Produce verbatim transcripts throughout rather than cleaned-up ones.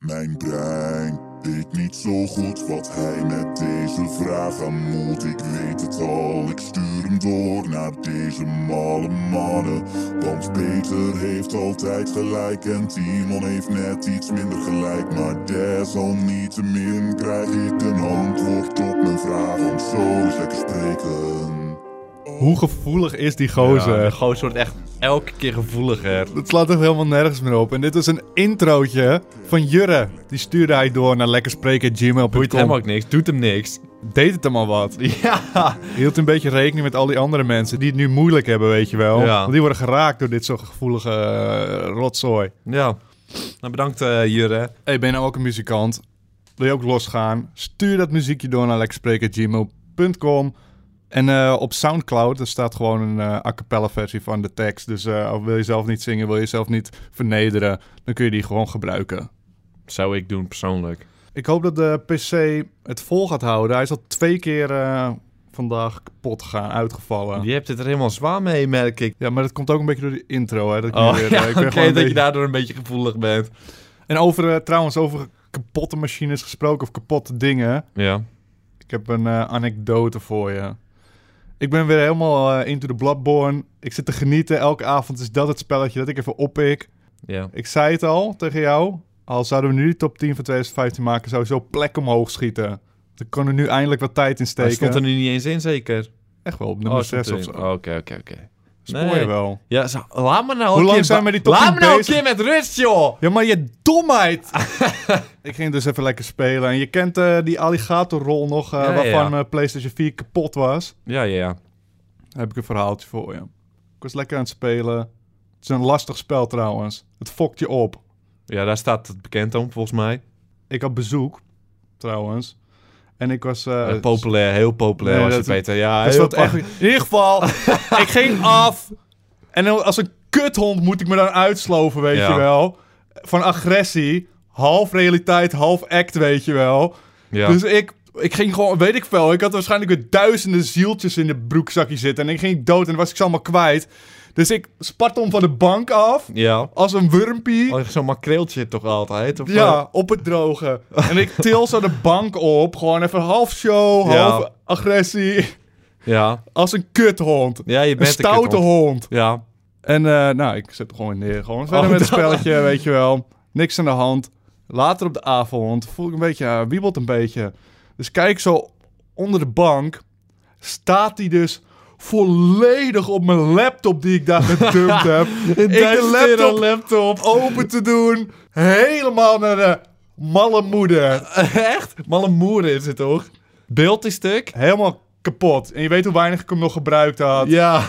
Mijn brein weet niet zo goed wat hij met deze vraag aan moet. Ik weet het al, ik stuur hem door naar deze malle mannen. Want Peter heeft altijd gelijk en Timon heeft net iets minder gelijk. Maar desalniettemin krijg ik een antwoord op mijn vraag. Want zo is lekker spreken. Hoe gevoelig is die gozer? Ja, de gozer wordt echt elke keer gevoeliger. Dat slaat echt helemaal nergens meer op. En dit was een introotje van Jurre. Die stuurde hij door naar lekkerspreken.gmail punt com. Doet hem ook niks, doet hem niks. Deed het hem al wat. Ja. Hield een beetje rekening met al die andere mensen die het nu moeilijk hebben, weet je wel. Ja. Want die worden geraakt door dit soort gevoelige uh, rotzooi. Ja. Nou, bedankt uh, Jurre. Hey, ben je nou ook een muzikant? Wil je ook losgaan? Stuur dat muziekje door naar lekkerspreken.gmail punt com. En uh, op Soundcloud, er staat gewoon een uh, a cappella versie van de tekst. Dus uh, wil je zelf niet zingen, wil je zelf niet vernederen, dan kun je die gewoon gebruiken. Zou ik doen, persoonlijk. Ik hoop dat de P C het vol gaat houden. Hij is al twee keer uh, vandaag kapot gegaan, uitgevallen. Je hebt het er helemaal zwaar mee, merk ik. Ja, maar dat komt ook een beetje door die intro. Hè, dat ik oh, weer, ja, uh, ik ben oké, gewoon dat beetje... je daardoor een beetje gevoelig bent. En over, uh, trouwens, over kapotte machines gesproken of kapotte dingen. Ja. Ik heb een uh, anekdote voor je. Ik ben weer helemaal uh, into the Bloodborne. Ik zit te genieten. Elke avond is dat het spelletje dat ik even oppik. Ja. Ik zei het al tegen jou. Al zouden we nu die top tien van twintig vijftien maken, zou zo plek omhoog schieten. Ik kon er nu eindelijk wat tijd in steken. Hij stond er nu niet eens in, zeker? Echt wel, op nummer oh, zes of zo. Oké, oké, oké. Spoor Nee. je wel. Ja, zo, laat me nou Hoe een lang keer zijn ba- we die top Laat tien me nou bezig? een keer met rust, joh! Ja, maar je domheid! Ik ging dus even lekker spelen. En je kent uh, die alligatorrol nog, uh, Ja, ja, waarvan ja. mijn PlayStation vier kapot was. Ja, ja, ja. Daar heb ik een verhaaltje voor je. Ik was lekker aan het spelen. Het is een lastig spel trouwens. Het fokt je op. Ja, daar staat het bekend om, volgens mij. Ik had bezoek, trouwens. En ik was... Uh, Ja, populair, heel populair Nee, was je, dat- Peter. Ja, dat is heel wat echt, in ieder geval, ik ging af. En dan als een kuthond moet ik me dan uitsloven, weet Ja. je wel. Van agressie. Half realiteit, half act, weet je wel. Ja. Dus ik, ik ging gewoon, weet ik veel. Ik had waarschijnlijk weer duizenden zieltjes in de broekzakje zitten. En ik ging dood en dan was ik ze allemaal kwijt. Dus ik spat hem van de bank af. Ja. Als een wurmpie. Oh, zo'n makreeltje toch altijd? Of Ja, op het droge. En ik til zo de bank op. Gewoon even half show, Ja. half agressie. Ja. Als een kuthond. Ja, je Een bent stoute kuthond. hond. Ja. En uh, nou, ik zet er gewoon neer. Gewoon verder Oh, met het dat- spelletje, weet je wel. Niks aan de hand. Later op de avond voel ik een beetje, uh, wiebelt een beetje. Dus kijk zo onder de bank. Staat hij dus volledig op mijn laptop die ik daar gedumpt heb. Ik de laptop, laptop. open te doen. Helemaal naar de malle moeder. Echt? Malle moer is het toch? Beeld is stuk? Helemaal kapot. En je weet hoe weinig ik hem nog gebruikt had. Ja.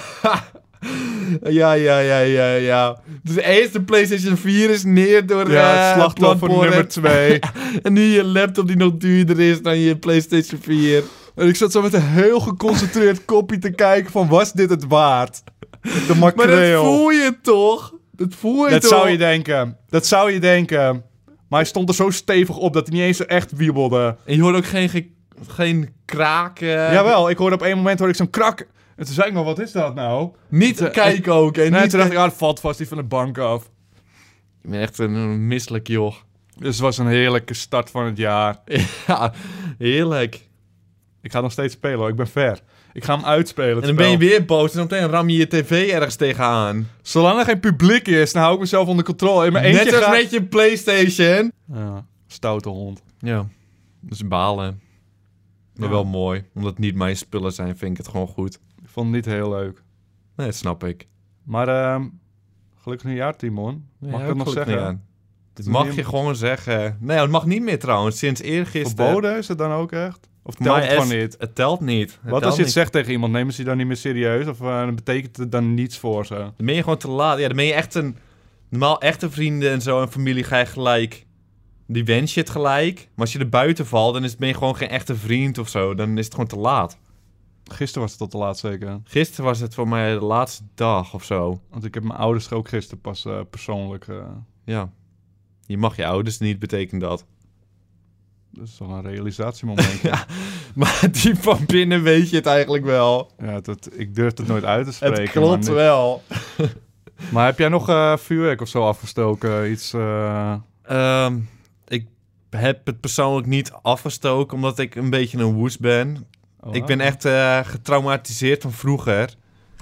ja, ja, ja, ja, ja. Dus eerst de PlayStation vier is neer door Ja, eh, het slachtoffer Bloodborne. nummer twee. En nu je laptop die nog duurder is dan je PlayStation vier. En ik zat zo met een heel geconcentreerd kopje te kijken van, was dit het waard? De Maar makreel. dat voel je toch? Dat voel je Dat toch? zou je denken. Dat zou je denken. Maar hij stond er zo stevig op dat hij niet eens zo echt wiebelde. En je hoort ook geen, ge- geen kraken. Jawel, ik hoorde op een moment hoorde ik zo'n krak. En toen zei ik nog, wat is dat nou? Niet Toen- kijken ook. En Nee, niet toen dacht ik, ah, het valt vast die van de bank af. Ik ben echt een, een misselijk joh. Dus het was een heerlijke start van het jaar. Ja, heerlijk. Ik ga nog steeds spelen hoor, ik ben ver. Ik ga hem uitspelen. het En dan ben je spel. weer boos en dan meteen ram je je tv ergens tegenaan. Zolang er geen publiek is, dan hou ik mezelf onder controle. In mijn eentje Net als ga- met je PlayStation. Ja, stoute hond. Ja, dat is balen. Maar Ja. wel mooi. Omdat het niet mijn spullen zijn, vind ik het gewoon goed. Ik vond het niet heel leuk. Nee, dat snap ik. Maar ehm gelukkig nieuwjaar, Timon. Mag ik dat nog zeggen? Dit is mag niet- je gewoon zeggen. Nee, het mag niet meer trouwens. Sinds eergisteren. Verboden is het dan ook echt? Of Maar telt het gewoon es- niet? Het telt niet. Het Wat telt als je het niet. zegt tegen iemand? Nemen ze je dan niet meer serieus? Of uh, dan betekent het dan niets voor ze? Dan ben je gewoon te laat. Ja, dan ben je echt een... Normaal echte vrienden en zo en familie ga je gelijk... Die wens je het gelijk. Maar als je er buiten valt, dan is, ben je gewoon geen echte vriend of zo. Dan is het gewoon te laat. Gisteren was het tot te laat zeker. Gisteren was het voor mij de laatste dag of zo. Want ik heb mijn ouders ook gisteren pas uh, persoonlijk... Uh, Ja. Je mag je ouders niet, betekent dat. dat is toch een realisatiemomentje. ja, Ja, maar die van binnen weet je het eigenlijk wel. dat, ik durf het nooit uit te spreken. Het klopt maar, wel. maar heb jij nog uh, vuurwerk of zo afgestoken? Iets... Uh... Ehm, ik heb het persoonlijk niet afgestoken, omdat ik een beetje een woest ben. Oh, ik ben echt uh, getraumatiseerd van vroeger.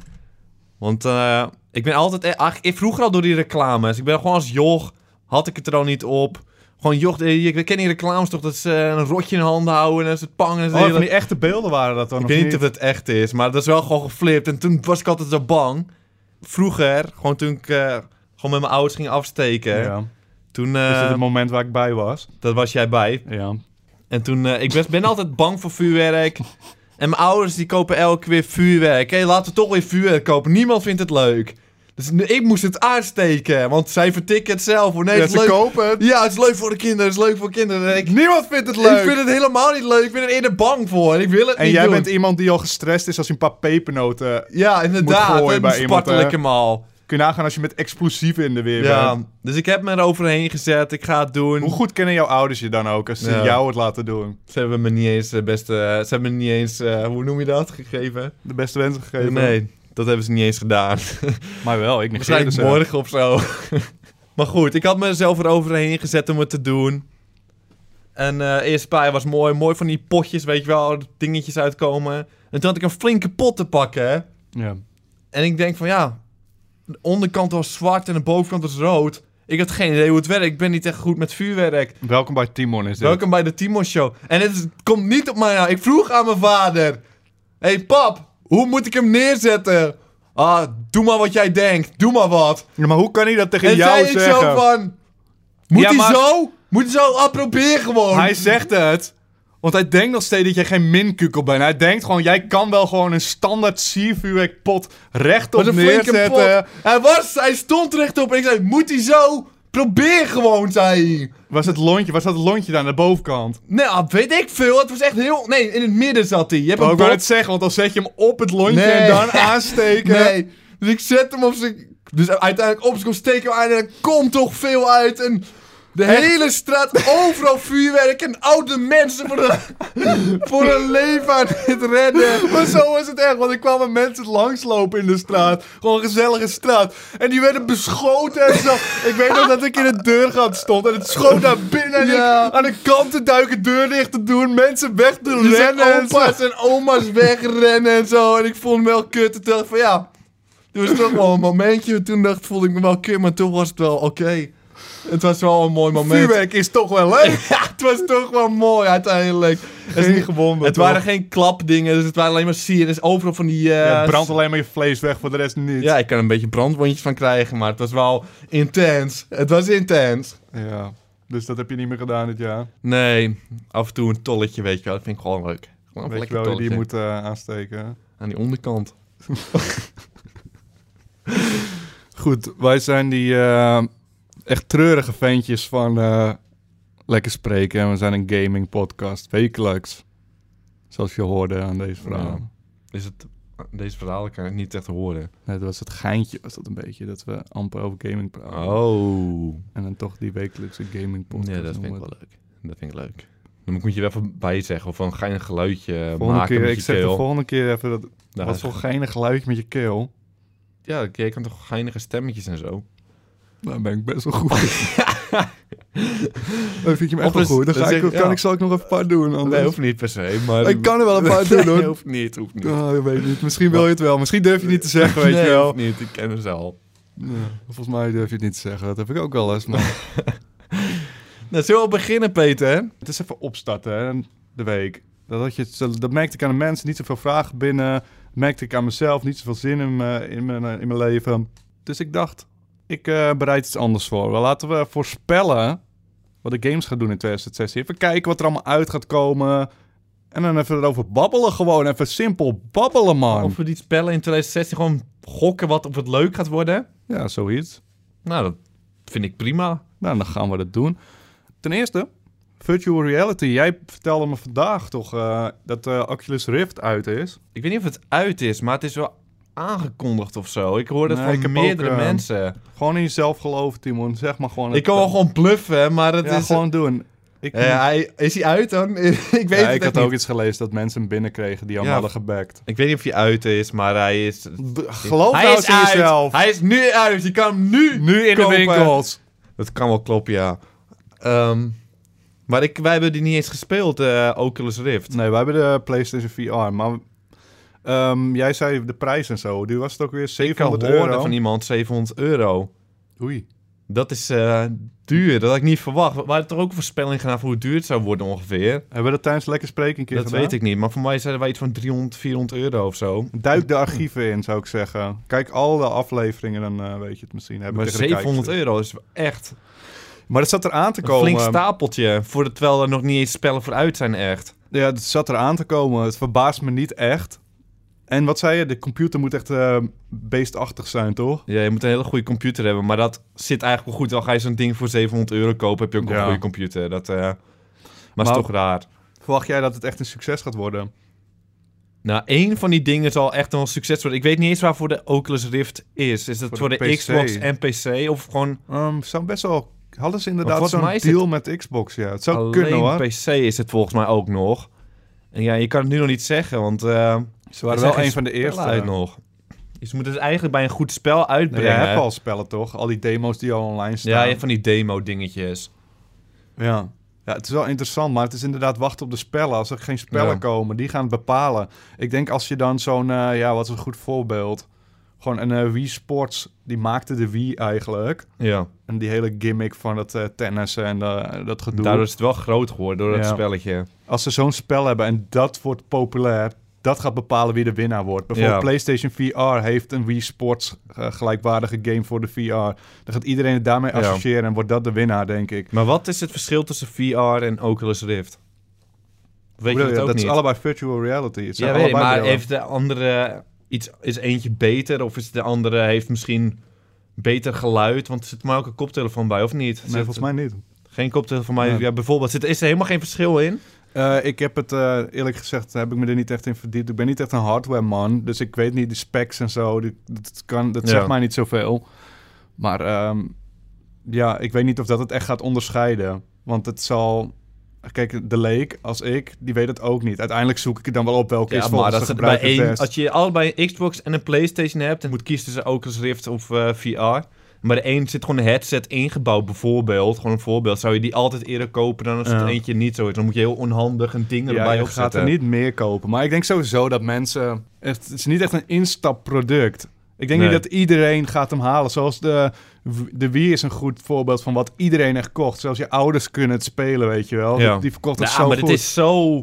Want uh, ik ben altijd... Ach, ik vroeger al door die reclames. Ik ben gewoon als joch, had ik het er al niet op. Gewoon joch, je ken die reclames toch, dat ze een rotje in handen houden en dan is het pang. En oh, hele... van die echte beelden waren dat dan. Ik weet niet of het echt is, maar dat is wel gewoon geflipt. En toen was ik altijd zo bang. Vroeger, gewoon toen ik uh, gewoon met mijn ouders ging afsteken. Ja. Toen, uh, is dat het moment waar ik bij was? Dat was jij bij. Ja. En toen, uh, ik ben, ben altijd bang voor vuurwerk. En mijn ouders die kopen elke keer weer vuurwerk. Hé, hey, laten we toch weer vuurwerk kopen. Niemand vindt het leuk. Dus ik moest het aansteken, want zij vertikken het zelf. Nee, ja, het ze leuk. kopen het. Ja, het is leuk voor de kinderen, het is leuk voor kinderen. Ik, Niemand vindt het leuk. Ik vind het helemaal niet leuk, ik ben er eerder bang voor. En ik wil het en niet jij doen. bent iemand die al gestrest is als je een paar pepernoten ja, inderdaad, moet gooien bij iemand. Ja, ik hem al. Kun je nagaan als je met explosieven in de weer ja, bent. Dus ik heb me er overheen gezet, ik ga het doen. Hoe goed kennen jouw ouders je dan ook, als ze ja. jou het laten doen? Ze hebben me niet eens de beste... Ze hebben me niet eens, uh, hoe noem je dat, gegeven? De beste wensen gegeven? Nee. Dat hebben ze niet eens gedaan. Maar wel, ik negeerde ze. Morgen of zo. Maar goed, ik had mezelf eroverheen gezet om het te doen. En uh, eerst paar was mooi. Mooi van die potjes, weet je wel, dingetjes uitkomen. En toen had ik een flinke pot te pakken, hè. Ja. En ik denk van, ja, de onderkant was zwart en de bovenkant was rood. Ik had geen idee hoe het werkt. Ik ben niet echt goed met vuurwerk. Welkom bij Timon is dit. Welkom bij de Timon Show. En het, is, het komt niet op mij aan. Ik vroeg aan mijn vader. Hé, hey, pap. Hoe moet ik hem neerzetten? Ah, doe maar wat jij denkt. Doe maar wat. Ja, maar hoe kan hij dat tegen en jou zei zeggen? En zei ik zo van... Moet ja, hij maar... zo? Moet hij zo? Ah, probeer gewoon. Hij zegt het. Want hij denkt nog steeds dat jij geen minkukel bent. Hij denkt gewoon, jij kan wel gewoon een standaard siervuurwerkpot rechtop neerzetten. Pot. Hij, was, hij stond rechtop en ik zei, moet hij zo? Probeer gewoon, zei hij. Was het lontje? Was dat het lontje daar aan de bovenkant? Nee, nou, weet ik veel. Het was echt heel... Nee, in het midden zat hij. Je hebt oh, een ik wou het zeggen, want dan zet je hem op het lontje nee. en dan aansteken. Nee, dus ik zet hem op zijn... Dus uiteindelijk op zijn steken aan en er komt toch veel uit. En de echt? hele straat, overal vuurwerk en oude mensen voor, de, voor hun leven aan het redden. Maar zo was het echt, want er kwamen mensen langslopen in de straat. Gewoon een gezellige straat. En die werden beschoten en zo. Ik weet nog dat ik in de deurgat stond en het schoot naar binnen. En ja. ik aan de kant te duiken, deur dicht te doen, mensen weg te dus rennen. En opa's en oma's wegrennen en zo. En ik vond me wel kut. En dacht van ja, dit was toch wel een momentje. Toen dacht, voelde ik me wel kut, maar toch was het wel oké. Okay. Het was wel een mooi moment. Vuurwerk is toch wel leuk. Ja, het was toch wel mooi uiteindelijk. Het is niet gewonnen. Het toch? waren geen klapdingen, dus het waren alleen maar sier. Dus overal van die... Uh, ja, het brandt alleen maar je vlees weg, voor de rest niet. Ja, ik kan een beetje brandwondjes van krijgen, maar het was wel intens. Het was intens. Ja, dus dat heb je niet meer gedaan dit jaar? Nee, af en toe een tolletje, weet je wel. Dat vind ik gewoon leuk. Gewoon weet je wel tolletje. Die je moet uh, aansteken? Aan die onderkant. Goed, wij zijn die... Uh, echt treurige ventjes van uh, Lekker Spreken. En we zijn een gaming podcast. Wekelijks. Zoals je hoorde aan deze verhalen. Ja. Is het, deze verhalen kan ik niet echt horen. Nee, dat was het geintje. Was dat een beetje. Dat we amper over gaming praten. Oh. En dan toch die wekelijkse gaming podcast. Ja, dat vind ik wel leuk. Dat vind ik leuk. Dan moet je er even bij zeggen. Of een geinig geluidje volgende maken keer, met ik je zeg keel. de volgende keer even dat... Daar wat voor geinig geluidje met je keel. Ja, je kan toch geinige stemmetjes en zo. Daar ben ik best wel goed. Dan vind je me echt wel goed. Dan ga ik, zeg, kan ja. ik, zal ik nog even een paar doen. Anders. Nee, hoeft niet per se. Maar... Ik kan er wel een paar doen, hoor. Nee, hoeft niet, hoeft niet. Oh, ik weet niet. Misschien wil je het wel. Misschien durf je niet te zeggen, weet nee, je wel. hoeft niet. Ik ken hem al. Ja, volgens mij durf je het niet te zeggen. Dat heb ik ook wel eens, maar... Nou, zullen we beginnen, Peter? Het is even opstarten, hè, de week. Dat, had je, dat merkte ik aan de mensen. Niet zoveel vragen binnen. Dat merkte ik aan mezelf. Niet zoveel zin in, me, in, mijn, in mijn leven. Dus ik dacht... Ik uh, bereid iets anders voor. Well, laten we voorspellen wat de games gaan doen in twintig zestien. Even kijken wat er allemaal uit gaat komen. En dan even erover babbelen gewoon. Even simpel babbelen, man. Of we die spellen in twintig zestien gewoon gokken wat of het leuk gaat worden. Ja, zoiets. Nou, dat vind ik prima. Nou, dan gaan we dat doen. Ten eerste, virtual reality. Jij vertelde me vandaag toch uh, dat uh, Oculus Rift uit is. Ik weet niet of het uit is, maar het is wel aangekondigd of zo. Ik hoor dat nee, van meerdere ook, uh, mensen. Gewoon in jezelf geloven, Timon. Zeg maar gewoon... Ik kan wel gewoon bluffen, maar het ja, is... gewoon doen. Ik, uh, hij, is hij uit dan? ik weet ja, het ik had niet. ook iets gelezen dat mensen hem binnenkregen die hem ja, hadden gebackt. Ik weet niet of hij uit is, maar hij is... B- geloof hij nou is eens in jezelf. Hij is nu uit. Je kan hem nu Nu in kopen. de winkels. Dat kan wel kloppen, ja. Um, Maar ik, wij hebben die niet eens gespeeld, uh, Oculus Rift. Nee, wij hebben de PlayStation V R, maar um, jij zei de prijs en zo. Die was het ook weer zevenhonderd euro. Ik hoorde van iemand zevenhonderd euro. Oei. Dat is uh, duur, dat had ik niet verwacht. We hadden toch ook een voorspelling gedaan voor hoe duur het zou worden ongeveer. Hebben we dat tijdens Lekker Spreken een keer dat gedaan? weet ik niet, maar voor mij zeiden wij iets van driehonderd, vierhonderd euro of zo. Duik de archieven in, zou ik zeggen. Kijk alle afleveringen, dan uh, weet je het misschien. Heb maar ik zevenhonderd euro is echt... Maar het zat er aan te komen. Een flink stapeltje, voor de, terwijl er nog niet eens spellen voor uit zijn echt. Ja, het zat er aan te komen. Het verbaast me niet echt. En wat zei je? De computer moet echt uh, beestachtig zijn, toch? Ja, je moet een hele goede computer hebben. Maar dat zit eigenlijk wel goed. Al ga je zo'n ding voor zevenhonderd euro kopen, heb je ook ja. een goede computer. Dat uh, maar, maar is toch raar. Verwacht jij dat het echt een succes gaat worden? Nou, één van die dingen zal echt wel een succes worden. Ik weet niet eens waarvoor de Oculus Rift is. Is dat voor, voor de, de Xbox en P C? Of gewoon... Um, zou best wel... Hadden ze inderdaad zo'n deal het... met Xbox, ja. Het zou alleen kunnen, hoor. P C is het volgens mij ook nog. En ja, je kan het nu nog niet zeggen, want... Uh, ze waren wel een van de eerste uit nog. Dus je moet het eigenlijk bij een goed spel uitbrengen. Nee, je hebt al spellen, toch? Al die demo's die al online staan. Ja, je hebt van die demo-dingetjes. Ja. Ja, het is wel interessant, maar het is inderdaad wachten op de spellen. Als er geen spellen ja. komen, die gaan het bepalen. Ik denk als je dan zo'n... Uh, ja, wat is een goed voorbeeld... Gewoon een uh, Wii Sports, die maakte de Wii eigenlijk. Ja. En die hele gimmick van dat uh, tennissen en uh, dat gedoe. Daardoor is het wel groot geworden door dat ja. spelletje. Als ze zo'n spel hebben en dat wordt populair, dat gaat bepalen wie de winnaar wordt. Bijvoorbeeld ja. PlayStation V R heeft een Wii Sports uh, gelijkwaardige game voor de V R. Dan gaat iedereen het daarmee associëren ja. en wordt dat de winnaar, denk ik. Maar wat is het verschil tussen V R en Oculus Rift? Weet je, je dat ook dat niet? is allebei virtual reality. Het ja, weet, maar heeft de andere... Iets, is eentje beter of is de andere heeft misschien beter geluid? Want er zit maar ook een koptelefoon bij, of niet? Nee, volgens mij niet. Geen koptelefoon bij. Ja. Ja, bijvoorbeeld. Zit, is er helemaal geen verschil in? Uh, ik heb het, uh, eerlijk gezegd, heb ik me er niet echt in verdiept. Ik ben niet echt een hardware man, dus ik weet niet de specs en zo. Die, dat kan, dat ja. zegt mij niet zoveel. Maar um, ja, ik weet niet of dat het echt gaat onderscheiden. Want het zal... Kijk, de leek, als ik, die weet het ook niet. Uiteindelijk zoek ik het dan wel op welke ja, is volgens maar de gebruiker. Als je allebei een Xbox en een PlayStation hebt... en moet kiezen tussen Oculus Rift of uh, V R... maar de een zit gewoon een headset ingebouwd bijvoorbeeld. Gewoon een voorbeeld. Zou je die altijd eerder kopen dan als ja. het eentje niet zo is? Dan moet je heel onhandig een ding erbij ja, opzetten. Ja, je gaat er niet meer kopen. Maar ik denk sowieso dat mensen... Het is niet echt een instapproduct. Ik denk nee. niet dat iedereen gaat hem halen. Zoals de, de Wii is een goed voorbeeld van wat iedereen echt kocht. Zelfs je ouders kunnen het spelen, weet je wel. Ja. Die, die verkocht het ja, zo maar goed. Het is zo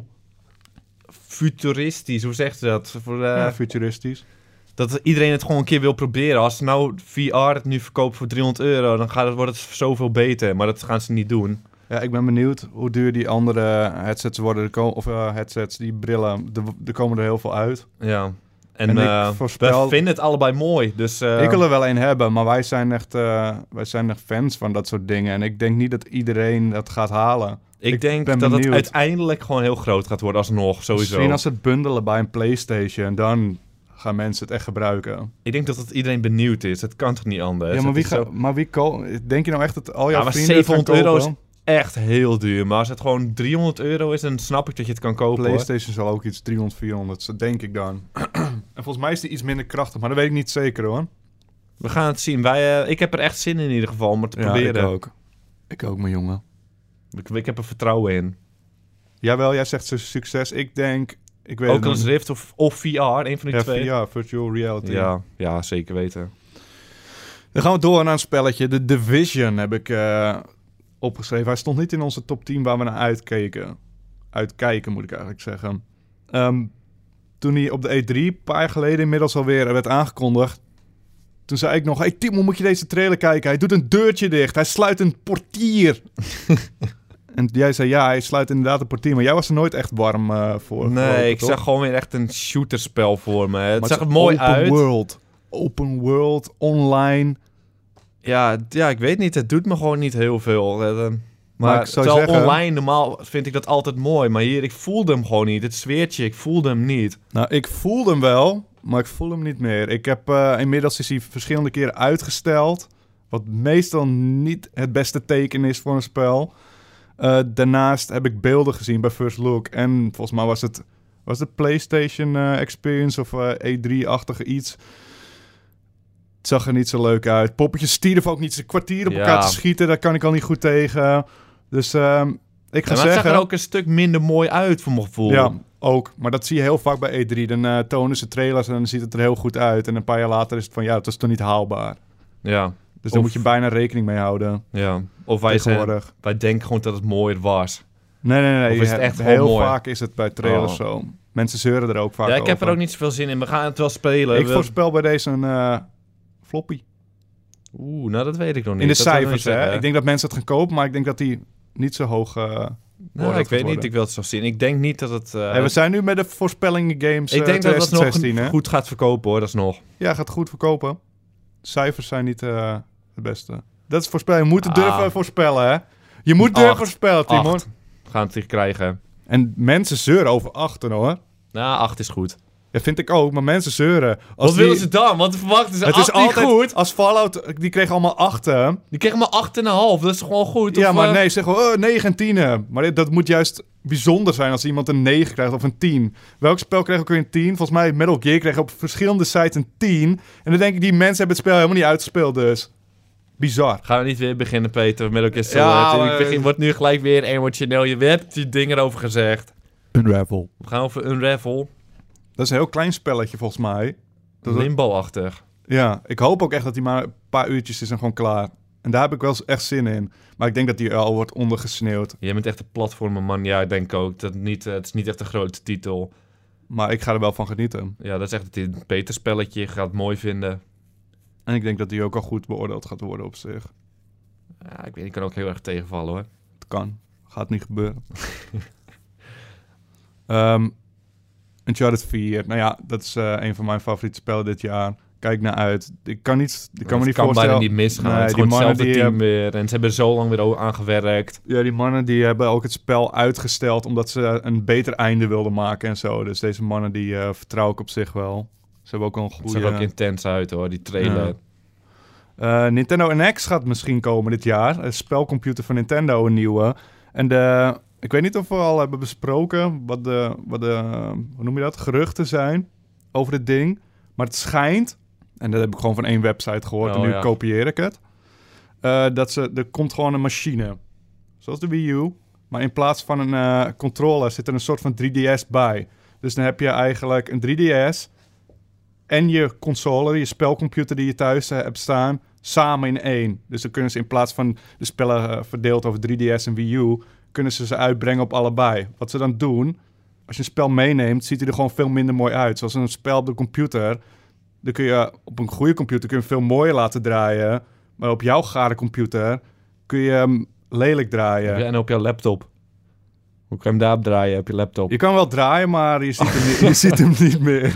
futuristisch. Hoe zegt ze dat? Voor, uh, ja, futuristisch. Dat iedereen het gewoon een keer wil proberen. Als nou V R het nu verkoopt voor driehonderd euro... dan gaat het, wordt het zoveel beter. Maar dat gaan ze niet doen. Ja, ik ben benieuwd hoe duur die andere headsets worden. Of uh, headsets, die brillen. Er, er komen er heel veel uit. Ja. En, en uh, voorspel... we vinden het allebei mooi. Dus, uh... Ik wil er wel een hebben, maar wij zijn, echt, uh, wij zijn echt fans van dat soort dingen. En ik denk niet dat iedereen dat gaat halen. Ik, ik denk dat benieuwd. het uiteindelijk gewoon heel groot gaat worden alsnog, sowieso. Misschien als ze het bundelen bij een PlayStation, dan gaan mensen het echt gebruiken. Ik denk dat het iedereen benieuwd is. Het kan toch niet anders? Ja, maar wie, ga, zo... maar wie ko- denk je nou echt dat al jouw ja, vrienden zevenhonderd het gaan euro kopen? Is echt heel duur. Maar als het gewoon driehonderd euro is, dan snap ik dat je het kan kopen. PlayStation zal ook iets driehonderd, vierhonderd, denk ik dan. En volgens mij is die iets minder krachtig, maar dat weet ik niet zeker, hoor. We gaan het zien. Wij, uh, ik heb er echt zin in in ieder geval om het te ja, proberen. Ik ook. Ik ook, mijn jongen. Ik, ik heb er vertrouwen in. Jawel, jij zegt succes. Ik denk... Ik weet Oculus Rift of, of V R, een van die ja, twee. Ja, V R, virtual reality. Ja, ja, zeker weten. Dan gaan we door naar een spelletje. The Division heb ik uh, opgeschreven. Hij stond niet in onze top tien waar we naar uitkeken. Uitkijken, moet ik eigenlijk zeggen. Um, toen hij op de E drie, een paar jaar geleden inmiddels alweer, werd aangekondigd. Toen zei ik nog, hey Timo, moet je deze trailer kijken? Hij doet een deurtje dicht. Hij sluit een portier. En jij zei, ja, hij sluit inderdaad een portier. Maar jij was er nooit echt warm uh, voor. Nee, gelopen, ik toch? zag gewoon weer echt een shooterspel voor me. Het maar zag het er mooi open uit. World. Open world, online. Ja, ja, ik weet niet. Het doet me gewoon niet heel veel. Uh, maar maar ik zou terwijl zeggen, online, normaal vind ik dat altijd mooi. Maar hier, ik voelde hem gewoon niet. Het sfeertje, ik voelde hem niet. Nou, ik voelde hem wel, maar ik voel hem niet meer. Ik heb uh, inmiddels is hij verschillende keren uitgesteld. Wat meestal niet het beste teken is voor een spel. Uh, daarnaast heb ik beelden gezien bij First Look. En volgens mij was het, was het PlayStation uh, Experience of uh, E drie-achtige iets. Het zag er niet zo leuk uit. Poppetjes stierven ook niet een kwartier op ja. elkaar te schieten. Daar kan ik al niet goed tegen. Dus um, Ik ga Ja, maar zeggen... het zag er ook een stuk minder mooi uit, voor mijn gevoel. Ja, ook. Maar dat zie je heel vaak bij E drie. Dan uh, tonen ze trailers en dan ziet het er heel goed uit. En een paar jaar later is het van, ja, het is toch niet haalbaar. Ja. Dus daar Of- moet je bijna rekening mee houden. Ja. Of wij, zijn, Tegenwoordig. wij denken gewoon dat het mooier was. Nee, nee, nee. Of is het Je- echt heel gewoon mooi? vaak is het bij trailers Oh. zo. Mensen zeuren er ook vaak Ja, ik heb over. er ook niet zoveel zin in. We gaan het wel spelen. Ik We- voorspel bij deze een uh, floppy. Oeh, nou dat weet ik nog niet. In de Dat zou ik nog cijfers, niet hè. zeggen. Ik denk dat mensen het gaan kopen, maar ik denk dat die niet zo hoog... Uh, Nou, beoordeeld ik weet gaat niet. Ik wil het zo zien. Ik denk niet dat het... uh, hey, we zijn nu met de voorspellingen games ik uh, denk dat het nog twintig zestien, hè. goed gaat verkopen, hoor. Dat is nog. Ja, gaat goed verkopen. Cijfers zijn niet uh, het beste. Dat is voorspellen. Je moet het Ah. durven voorspellen, hè. Je moet durven Acht. voorspellen, Timon. Acht. We gaan het hier krijgen. En mensen zeuren over achten, hoor. Nou, acht is goed. Dat vind ik ook, maar mensen zeuren. Als Wat die- willen ze dan? Want verwachten ze Het acht is niet altijd goed. Als Fallout, die kregen allemaal achten. Die kregen maar acht komma vijf. Dat is gewoon goed. Ja, Of, maar uh, nee, zeg gewoon oh, negen en tien. Maar dit- dat moet juist bijzonder zijn als iemand een negen krijgt of een tien. Welk spel kreeg ook weer een tien? Volgens mij Metal Gear kreeg op verschillende sites een tien. En dan denk ik, die mensen hebben het spel helemaal niet uitgespeeld, dus... Bizar. Gaan we niet weer beginnen, Peter, met elkaar Ja, ja, maar- Ik begin, word nu gelijk weer emotioneel. Je hebt die dingen erover gezegd. Unravel. We gaan over Unravel. Dat is een heel klein spelletje, volgens mij. Dat is- Limbo-achtig. Ja, ik hoop ook echt dat hij maar een paar uurtjes is en gewoon klaar. En daar heb ik wel echt zin in. Maar ik denk dat die al wordt ondergesneeuwd. Jij bent echt een platformer, ja, ik denk ook. Dat niet, uh, het is niet echt een grote titel. Maar ik ga er wel van genieten. Ja, dat is echt een Peter spelletje. Je gaat het mooi vinden. En ik denk dat die ook al goed beoordeeld gaat worden op zich. Ja, ik weet, ik kan ook heel erg tegenvallen, hoor. Het kan. Gaat niet gebeuren. um, Uncharted vier. Nou ja, dat is uh, een van mijn favoriete spellen dit jaar. Kijk naar uit. Ik kan, niet, ik kan me niet kan voorstellen... bijna niet misgaan. Nee, het is die gewoon hetzelfde mannen die, team weer. En ze hebben er zo lang weer o- aan gewerkt. Ja, die mannen die hebben ook het spel uitgesteld... omdat ze een beter einde wilden maken en zo. Dus deze mannen die uh, vertrouw ik op zich wel. Ze hebben ook wel een Het goede... zag ook intens uit, hoor, die trailer. Ja. Uh, Nintendo N X gaat misschien komen dit jaar. Een spelcomputer van Nintendo, een nieuwe. En de... Ik weet niet of we al hebben besproken wat de, wat de hoe noem je dat, geruchten zijn over het ding. Maar het schijnt, en dat heb ik gewoon van één website gehoord Oh, en nu ja. kopieer ik het. Uh, dat ze, er komt gewoon een machine, zoals de Wii U. Maar in plaats van een uh, controller zit er een soort van drie D S bij. Dus dan heb je eigenlijk een drie D S en je console, je spelcomputer die je thuis uh, hebt staan, samen in één. Dus dan kunnen ze in plaats van de spellen uh, verdeeld over drie D S en Wii U... kunnen ze ze uitbrengen op allebei. Wat ze dan doen, als je een spel meeneemt, ziet hij er gewoon veel minder mooi uit. Zoals een spel op de computer, dan kun je op een goede computer kun je hem veel mooier laten draaien. Maar op jouw gare computer kun je hem lelijk draaien. Ja, en op jouw laptop. Hoe kan je hem daarop draaien op je laptop? Je kan wel draaien, maar je ziet hem, niet, je ziet hem niet meer.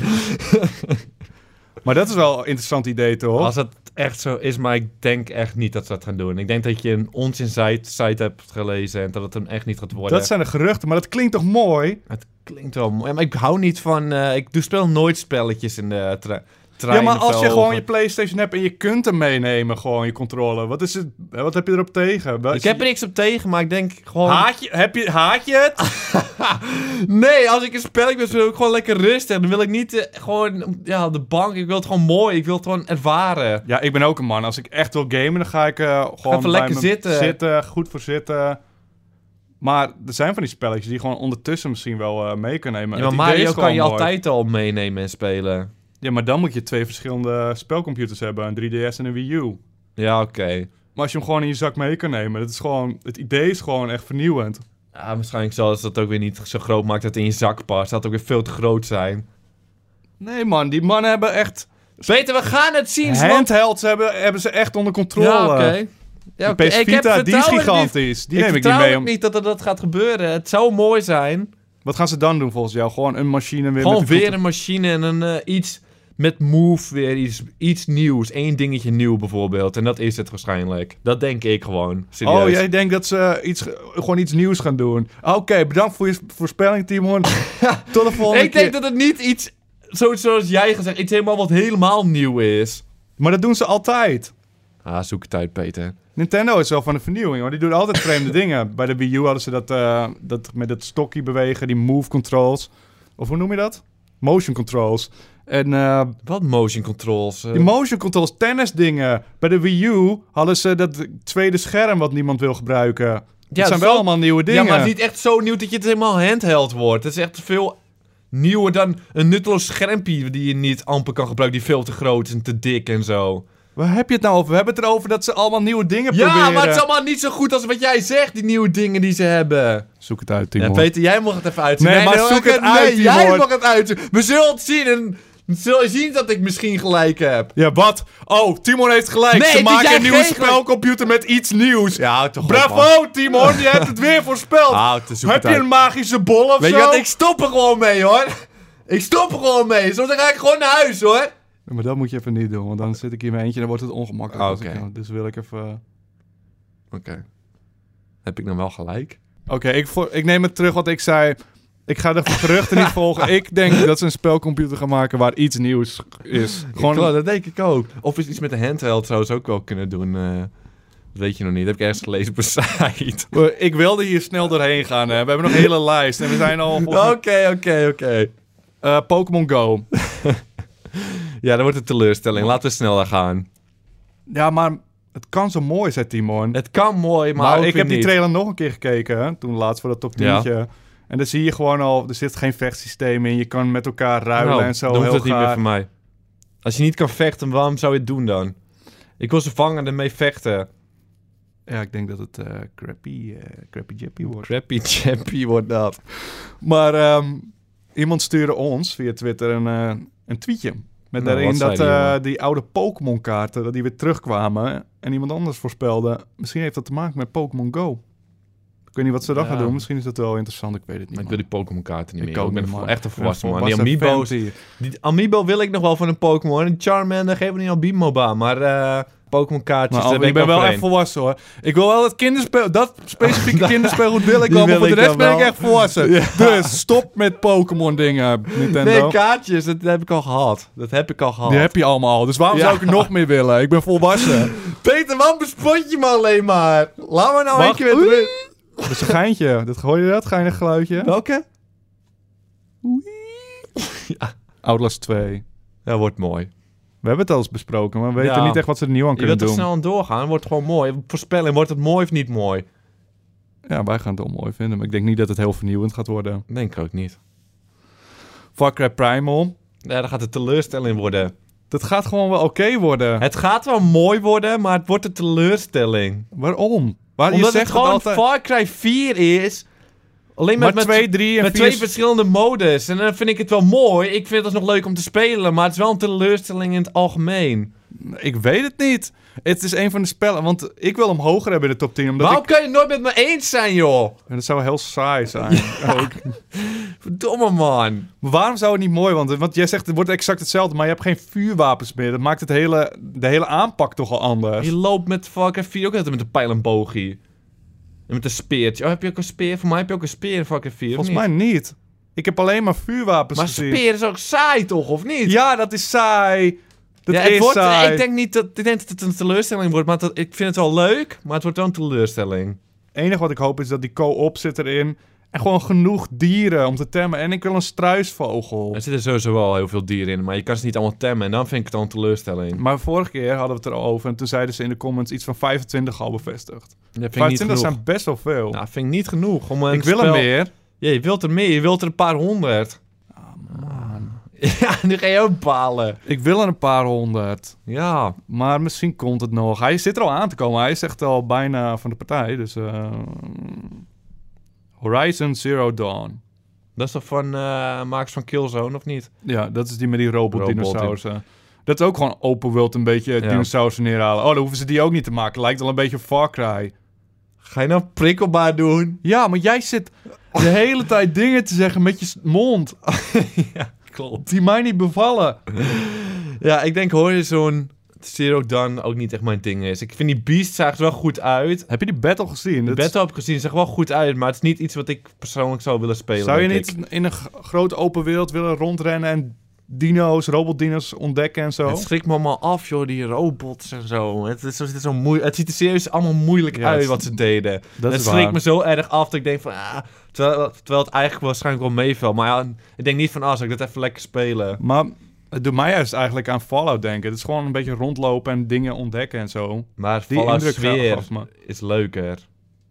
Maar dat is wel een interessant idee, toch? Als het echt zo is, maar ik denk echt niet dat ze dat gaan doen. Ik denk dat je een onzin site, site hebt gelezen en dat het hem echt niet gaat worden. Dat zijn de geruchten, maar dat klinkt toch mooi? Het klinkt wel mooi, maar ik hou niet van... Uh, ik doe speel nooit spelletjes in de tra- trein. Ja, maar of als zo, je gewoon of- je PlayStation hebt en je kunt hem meenemen, gewoon je controller. Wat is het? Wat heb je erop tegen? Wel, Ik heb er niks op tegen, maar ik denk gewoon... Haat je, heb je, haat je het? Nee, als ik een spelletje wil spelen, wil ik gewoon lekker rustig. Dan wil ik niet uh, gewoon ja, op de bank. Ik wil het gewoon mooi. Ik wil het gewoon ervaren. Ja, ik ben ook een man. Als ik echt wil gamen, dan ga ik uh, gewoon even bij lekker me zitten. zitten. Goed voor zitten. Maar er zijn van die spelletjes die je gewoon ondertussen misschien wel uh, mee kan nemen. Ja, maar Het idee is Mario gewoon kan je mooi. altijd al meenemen en spelen. Ja, maar dan moet je twee verschillende spelcomputers hebben. Een drie D S en een Wii U. Ja, oké. Maar als je hem gewoon in je zak mee kan nemen, dat is gewoon, het idee is gewoon echt vernieuwend. Ja, waarschijnlijk zal het dat ook weer niet zo groot maken dat het in je zak past. Dat had ook weer veel te groot zijn. Nee man, die mannen hebben echt... Peter, we gaan het zien. want- Handhelds hebben, hebben ze echt onder controle. Ja, oké. Ja, Die oké. P S Ik heb Vita, die is vertrouwen in gigantisch. Die ik neem ik niet vertrouw mee. ook Om... niet dat er dat gaat gebeuren. Het zou mooi zijn. Wat gaan ze dan doen volgens jou? Gewoon een machine weer Gewoon met de weer contro- een machine en een uh, iets met Move weer iets, iets nieuws. Eén dingetje nieuw bijvoorbeeld. En dat is het waarschijnlijk. Dat denk ik gewoon. Serieus. Oh, jij denkt dat ze iets, gewoon iets nieuws gaan doen. Oké, bedankt voor je voorspelling, Timon. Tot de volgende Ik keer. denk dat het niet iets, zo, zoals jij gezegd, iets helemaal wat helemaal nieuw is. Maar dat doen ze altijd. Ah, zoek het uit, Peter. Nintendo is wel van de vernieuwing, hoor. Die doen altijd vreemde dingen. Bij de Wii U hadden ze dat, uh, dat met het stokje bewegen, die move controls. Of hoe noem je dat? Motion controls. En uh, Wat motion controls? uh? die motion controls, tennis dingen. Bij de Wii U hadden ze dat tweede scherm wat niemand wil gebruiken. het zijn wel zo... allemaal nieuwe dingen. Ja, maar het is niet echt zo nieuw dat je het helemaal handheld wordt. Het is echt veel nieuwer dan een nutteloos schermpje die je niet amper kan gebruiken, die veel te groot is en te dik en zo. Waar heb je het nou over? We hebben het erover dat ze allemaal nieuwe dingen Ja, proberen. maar het is allemaal niet zo goed als wat jij zegt, die nieuwe dingen die ze hebben. Zoek het uit, Timon. Ja, Peter, jij mag het even uitzoeken. Nee, maar nee, zoek nee, het nee, uit, Timon. jij mag het uitzoeken. We zullen het zien en zul je zien dat ik misschien gelijk heb. Ja, wat? Oh, Timon heeft gelijk. Nee, Ze dus maken jij een nieuwe geen gelijk. spelcomputer met iets nieuws. Ja, toch Bravo, Timon. Je hebt het weer voorspeld. Ah, te zoek heb het je uit. een magische bol of Weet zo? je wat, ik stop er gewoon mee, hoor. Ik stop er gewoon mee. Soms ga ik gewoon naar huis, hoor. Ja, maar dat moet je even niet doen, want dan zit ik hier in mijn eentje en dan wordt het ongemakkelijk. Ah, als oké. ik- Dus wil ik even... Oké. Okay. Heb ik dan wel gelijk? Oké, ik, vo- ik neem het terug wat ik zei. Ik ga de geruchten niet volgen. Ik denk dat ze een spelcomputer gaan maken waar iets nieuws is. Gewoon, Gewoon... dat denk ik ook. Of is iets met een handheld zou ze ook wel kunnen doen. eh, dat weet je nog niet. Dat heb ik ergens gelezen op een site. Ik wilde hier snel doorheen gaan. Hè. We hebben nog een hele lijst en we zijn al... Oké, oké, oké. Eh, Pokémon Go. Ja, dan wordt het teleurstelling. Laten we sneller gaan. Ja, maar het kan zo mooi zijn, Timon. Het kan mooi, maar, Maar ook ik heb weer die niet. trailer nog een keer gekeken, hè? Toen laatst voor dat top tientje. En dan zie je gewoon al, er zit geen vechtsysteem in. Je kan met elkaar ruilen Nou, en zo. dan hoeft heel het niet meer gaar. voor mij. Als je niet kan vechten, waarom zou je het doen dan? Ik wil ze vangen en ermee vechten. Ja, ik denk dat het eh, crappy, eh, crappy Jappy wordt. Crappy chappy wordt dat. Maar ehm, iemand stuurde ons via Twitter een, eh, een tweetje. Met Nou, daarin wat dat zei die eh, jongen? die oude Pokémon kaarten, dat die weer terugkwamen. En iemand anders voorspelde, misschien heeft dat te maken met Pokémon Go. Ik weet niet wat ze dan Ja. gaan doen. Misschien is dat wel interessant, ik weet het niet. Maar ik man. wil die Pokémon kaarten niet Ik meer. ook Ik ben niet, een man. vo- echt een Ik ben een volwassen man. Die volwassen amiibo's... fan hier. Die amiibo wil ik nog wel van een Pokémon. En Charmander geven we niet aan Beamoba. Maar eh Pokémon kaartjes, Maar daar ik ben ben ik wel wel echt volwassen hoor. Ik wil wel het kinderspel, dat specifieke kinderspeelgoed wil ik Die wel, maar wil voor de ik rest dan ben ik wel. echt volwassen. Dus stop met Pokémon dingen, Nintendo. Nee, kaartjes, dat heb ik al gehad. Dat heb ik al gehad. Die heb je allemaal al, dus waarom Ja. zou ik er nog meer willen? Ik ben volwassen. Peter, waarom bespot je me alleen maar? Laat me nou Wacht. een keer weer terug. Dat is een geintje. Dat, hoor je dat? Geinig geluidje? Welke? Outlast twee. Ja, wordt mooi. We hebben het al eens besproken, maar we weten Ja. niet echt wat ze er nieuw aan Je kunnen wilt er doen. snel aan doorgaan. Het wordt gewoon mooi. Voorspellen, wordt het mooi of niet mooi? Ja, wij gaan het wel mooi vinden, maar ik denk niet dat het heel vernieuwend gaat worden. Denk ik ook niet. Far Cry Primal. Ja, dan gaat het teleurstelling worden. Dat gaat gewoon wel oké worden. Het gaat wel mooi worden, maar het wordt een teleurstelling. Waarom? Waar je Omdat zegt het gewoon altijd... Far Cry vier is. Alleen Maar met, met, twee, drie en met vier... twee verschillende modes. En dan vind ik het wel mooi. Ik vind het nog leuk om te spelen. Maar het is wel een teleurstelling in het algemeen. Ik weet het niet. Het is een van de spellen, want ik wil hem hoger hebben in de top tien. Omdat Waarom ik... kan je het nooit met me eens zijn, joh? En dat zou heel saai zijn. ook. Verdomme, man. Maar waarom zou het niet mooi? Want, want jij zegt het wordt exact hetzelfde, maar je hebt geen vuurwapens meer. Dat maakt het hele, de hele aanpak toch al anders. Je loopt met Far Cry vier ook altijd met een pijl en bogie. En met een speertje. Oh, heb je ook een speer? Voor mij heb je ook een speer in Far Cry vier, Volgens of niet? mij niet. Ik heb alleen maar vuurwapens Maar gezien. speer is ook saai, toch? Of niet? Ja, dat is saai. Dat Ja, is het wordt, saai. ik, denk niet dat, ik denk dat het een teleurstelling wordt, maar dat, ik vind het wel leuk, maar het wordt wel een teleurstelling. Het enige wat ik hoop is dat die co-op zit erin. En gewoon genoeg dieren om te temmen. En ik wil een struisvogel. Er zitten sowieso wel heel veel dieren in, maar je kan ze niet allemaal temmen en dan vind ik het al een teleurstelling. Maar vorige keer hadden we het erover. En toen zeiden ze in de comments iets van vijfentwintig al bevestigd. Dat vind ik niet vijfentwintig genoeg. zijn best wel veel. Nou, vind ik niet genoeg. Om een ik wil spel... er meer. Ja, je wilt er meer. Je wilt er een paar honderd. Man. Ja, nu ga je ook balen. Ik wil er een paar honderd. Ja. Maar misschien komt het nog. Hij zit er al aan te komen. Hij is echt al bijna van de partij. Dus eh, Horizon Zero Dawn. Dat is toch van uh, makers van Killzone, of niet? Ja, dat is die met die robot-dinosaurussen. Robot, Dat is ook gewoon open world een beetje Ja. dinosaurussen neerhalen. Oh, dan hoeven ze die ook niet te maken. Lijkt wel een beetje Far Cry. Ga je nou prikkelbaar doen? Ja, maar jij zit de hele tijd dingen te zeggen met je s- mond. Ja, klopt. Die mij niet bevallen. Ja, ik denk Horizon Zero Dawn ook niet echt mijn ding is. Ik vind die Beast zag er wel goed uit. Heb je die battle gezien? De Dat is- battle heb ik gezien, zag wel goed uit, maar het is niet iets wat ik persoonlijk zou willen spelen. Zou je denk niet ik. in een g- grote open wereld willen rondrennen en dino's, robotdino's ontdekken en zo? Het schrikt me allemaal af, joh, die robots en zo. Het, is, het, is zo moe- het ziet er serieus allemaal moeilijk Ja, uit het- wat ze deden. Dat het is schrikt waar. me zo erg af dat ik denk van... Ah, terwijl, terwijl het eigenlijk waarschijnlijk wel meevalt. Maar ja, ik denk niet van, ah, zal ik dat even lekker spelen? Maar het doet mij juist eigenlijk aan Fallout denken. Het is gewoon een beetje rondlopen en dingen ontdekken en zo. Maar Die Fallout indruk sfeer gaf me. is leuker.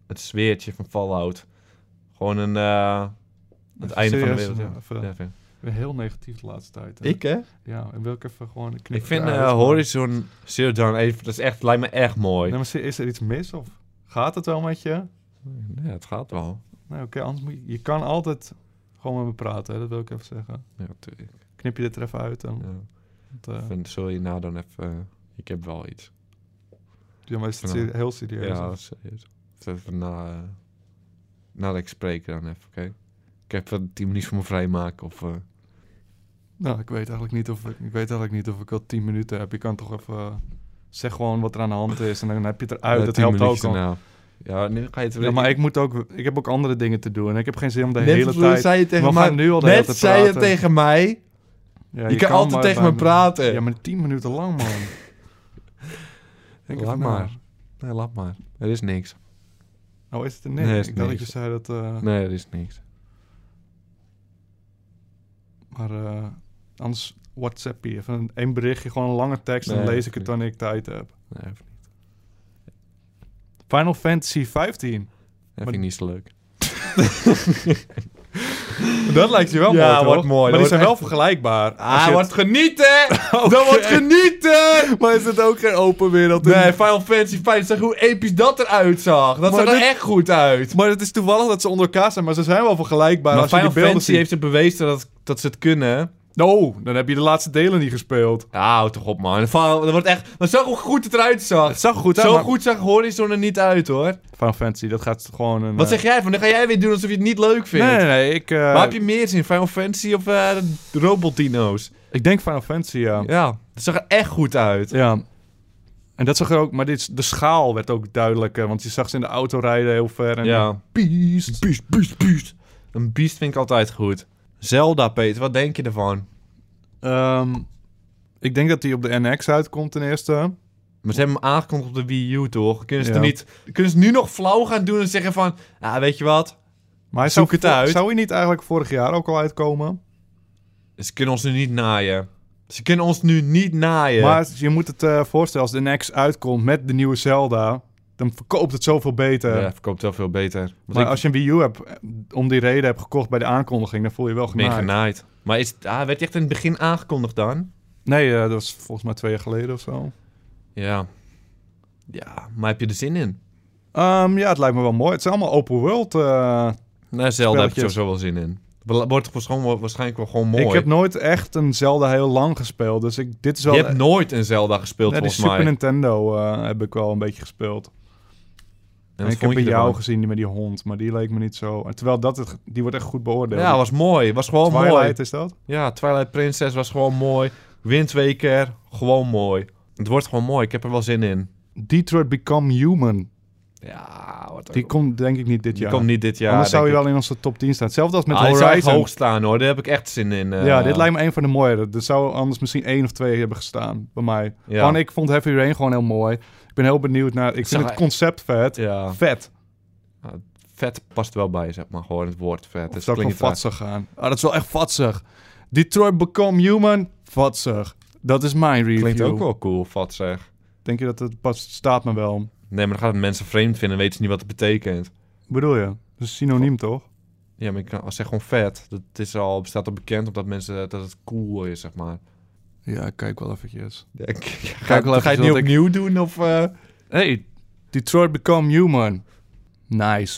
het sfeertje van Fallout. Gewoon een... Uh, het einde van de serieus, wereld. ja, Ja, even- Ik ben heel negatief de laatste tijd. hè. Ik, hè? Ja, en wil ik even gewoon... een knip Ik vind eruit, uh, maar- Horizon Zero Dawn even... Dat is echt, lijkt me echt mooi. Nee, maar is er iets mis of gaat het wel met je? Ja, het gaat wel. Nee, oké, anders moet je... Je kan altijd gewoon met me praten, hè? Dat wil ik even zeggen. Ja, tuurlijk. Knip je dit er even uit dan. Ja. Want, uh, Vind, zul je na dan even... Uh, ik heb wel iets. ja, maar is het Nou, ser- heel serieus? Ja, of? dat is serieus. Even na... Uh, nadat ik spreek dan even, oké? Ik heb even tien minuten voor me vrijmaken of... Uh, Nou, ik weet eigenlijk niet of ik, ik weet eigenlijk niet of ik al tien minuten heb. Je kan toch even uh, zeg gewoon wat er aan de hand is en dan heb je het eruit. uh, dat tien helpt ook minuutjes al. daarna. Ja, nu ga je het... Ja, maar ik moet ook, ik heb ook andere dingen te doen en ik heb geen zin om de Net hele tijd. zei je tegen we mij... gaan nu al de hele Net tijd zei je praten. tegen mij... Ja, je kan altijd maar tegen bij- me praten. Ja, maar tien minuten lang, man. Denk Laat even na. maar. Nee, laat maar. Er is niks. Oh, is het er niks? Nee, is ik dacht dat niks. je zei dat... Uh, Nee, er is niks. Maar uh, anders WhatsApp je even een, een berichtje, gewoon een lange tekst en Nee, dan lees dat ik het vind wanneer ik tijd heb. Nee, hoeft niet. Final Fantasy vijftien. Dat Maar- vind ik niet zo leuk. Dat lijkt je wel Ja, mooi, toch? wordt mooi. Maar Dat die zijn wel wordt echt- vergelijkbaar. Als Ah, je wordt genieten! Oké. Dat wordt genieten! Maar is het ook geen open wereld? Nee, Final Fantasy vijf, zeg hoe episch dat eruit zag. Dat Maar zag er dit- echt goed uit. Maar het is toevallig dat ze onder elkaar zijn, maar ze zijn wel vergelijkbaar. Maar als je Final die beelden Fantasy ziet. heeft het bewezen dat, dat ze het kunnen. Oh, dan heb je de laatste delen niet gespeeld. Ja, houd toch op, man. Final- Dat wordt echt... Dat zag hoe goed het eruit zag. Het zag goed uit, Zo maar- goed zag Horizon er niet uit, hoor. Final Fantasy, dat gaat gewoon een... Wat eh, zeg jij van? Dan ga jij weer doen alsof je het niet leuk vindt. Nee, nee, nee. Ik, uh, Waar heb je meer zin? Final Fantasy of uh, de robotdino's? ik denk Final Fantasy, ja. Ja, dat zag er echt goed uit. Ja. En dat zag er ook... Maar dit, de schaal werd ook duidelijker. Want je zag ze in de auto rijden heel ver. En Ja. Beast. Beast, beast, beast. Een beast vind ik altijd goed. Zelda, Peter, wat denk je ervan? Ehm, ik denk dat die op de N X uitkomt ten eerste. Maar ze hebben hem aangekondigd op de Wii U, toch? Kunnen ze, Ja. er niet, kunnen ze nu nog flauw gaan doen en zeggen van... Ah, weet je wat? Maar hij Zoek zou, het uit. Zou hij niet eigenlijk vorig jaar ook al uitkomen? Ze kunnen ons nu niet naaien. Ze kunnen ons nu niet naaien. Maar je moet het uh, voorstellen, als de N X uitkomt met de nieuwe Zelda... dan verkoopt het zoveel beter. Ja, verkoopt wel veel beter. Want maar ik als je een Wii U hebt, eh, om die reden hebt gekocht bij de aankondiging... dan voel je wel ben genaaid. genaaid. Maar is, ah, werd die echt in het begin aangekondigd dan? Nee, uh, dat was volgens mij twee jaar geleden of zo. Ja. Ja, maar heb je er zin in? Um, ja, het lijkt me wel mooi. Het zijn allemaal open world. Uh, Nee, Zelda heb je Spelletjes. sowieso wel zin in. Wordt toch gewoon- waarschijnlijk wel gewoon mooi. ik heb nooit echt een Zelda heel lang gespeeld. Dus ik, dit is wel... Je hebt nooit een Zelda gespeeld, nee, die volgens Super mij. Nintendo uh, heb ik wel een beetje gespeeld. En En wat ik heb vond bij je jou ervan? gezien die met die hond, maar die leek me niet zo... En terwijl dat het, die wordt echt goed beoordeeld. Ja, was mooi. Was gewoon Twilight mooi. is dat? Ja, Twilight Princess was gewoon mooi. Wind Waker, gewoon mooi. Het wordt gewoon mooi. Ik heb er wel zin in. Detroit Become Human. Ja, wat Die komt denk ik niet dit Die jaar. komt niet dit jaar. Anders zou je denk wel in onze top tien staan. Hetzelfde als ik. met Ah, die zou echt Horizon. hoog staan, hoor. Daar heb ik echt zin in. eh. Ja, dit lijkt me een van de mooiere. Er zou anders misschien één of twee hebben gestaan bij mij. Ja. Gewoon, ik vond Heavy Rain gewoon heel mooi. Ik ben heel benieuwd naar... Ik Zag vind het hij- concept vet. Ja. Vet. Vet past wel bij, zeg maar. Gewoon het woord vet. Of Dus zou ik klinkt van het vatsig gaan? Ah, dat is wel echt vatsig. Detroit Become Human, vatsig. Dat is mijn review. Klinkt ook wel cool, vat zeg. Denk je dat het pas staat me wel? Nee, maar dan gaat het mensen vreemd vinden en weten ze niet wat het betekent. Bedoel je? Dat is synoniem toch? Ja, maar ik kan zeg gewoon vet. Dat is al, bestaat al bekend omdat mensen dat het cool is, zeg maar. Ja, kijk wel eventjes. Ja, ik- ga, Kijk wel ga je even het nu wat ik- opnieuw doen of... eh? Hey, Detroit Become Human. Nice.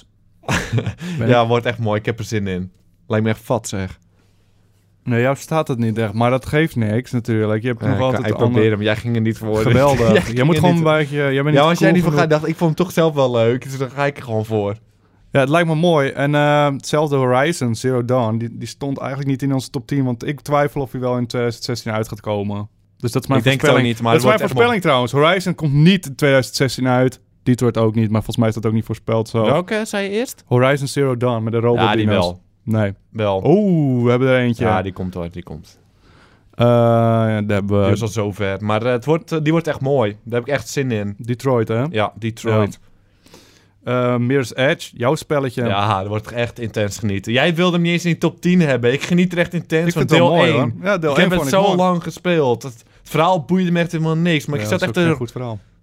Ben Ja, ik- wordt echt mooi. Ik heb er zin in. Lijkt me echt vat, zeg. Nee, jou staat het niet echt. Maar dat geeft niks natuurlijk. Je hebt Ja, nog ik, altijd ik andere... probeer hem. Jij ging er niet voor. Geweldig. Jij jij ging moet er gewoon niet- een beetje... Jij bent Ja, niet als jij cool niet voor genoeg. gaat, dacht ik vond hem toch zelf wel leuk. Dus dan ga ik er gewoon voor. Ja, het lijkt me mooi. En eh, hetzelfde Horizon, Zero Dawn, die, die stond eigenlijk niet in onze top tien. Want ik twijfel of hij wel in twintig zestien uit gaat komen. Dus dat is mijn Ik denk het voorspelling. ook niet, maar dat is het mijn wordt echt voorspelling trouwens. Horizon komt niet in twintig zestien uit. Detroit ook niet, maar volgens mij is dat ook niet voorspeld zo. Welke zei je eerst? Horizon Zero Dawn met de robot Ja, die wel. Nee. Wel. Oeh, we hebben er eentje. Ja, die komt hoor. Die komt. Eh, ja, daar hebben we Die is al zo ver. Maar eh, het wordt, eh, die wordt echt mooi. Daar heb ik echt zin in. Detroit, hè? Ja, Detroit. Eh, Mirror's Edge, jouw spelletje. Ja, dat wordt echt intens genieten. Jij wilde hem niet eens in die top tien hebben. Ik geniet er echt intens ik van vind het deel wel mooi, één. hoor. Ja, deel ik één heb het vond zo mooi. lang gespeeld. Het, het verhaal boeide me echt helemaal niks. Maar Ja, ik dat zat is echt ook er... geen goed verhaal.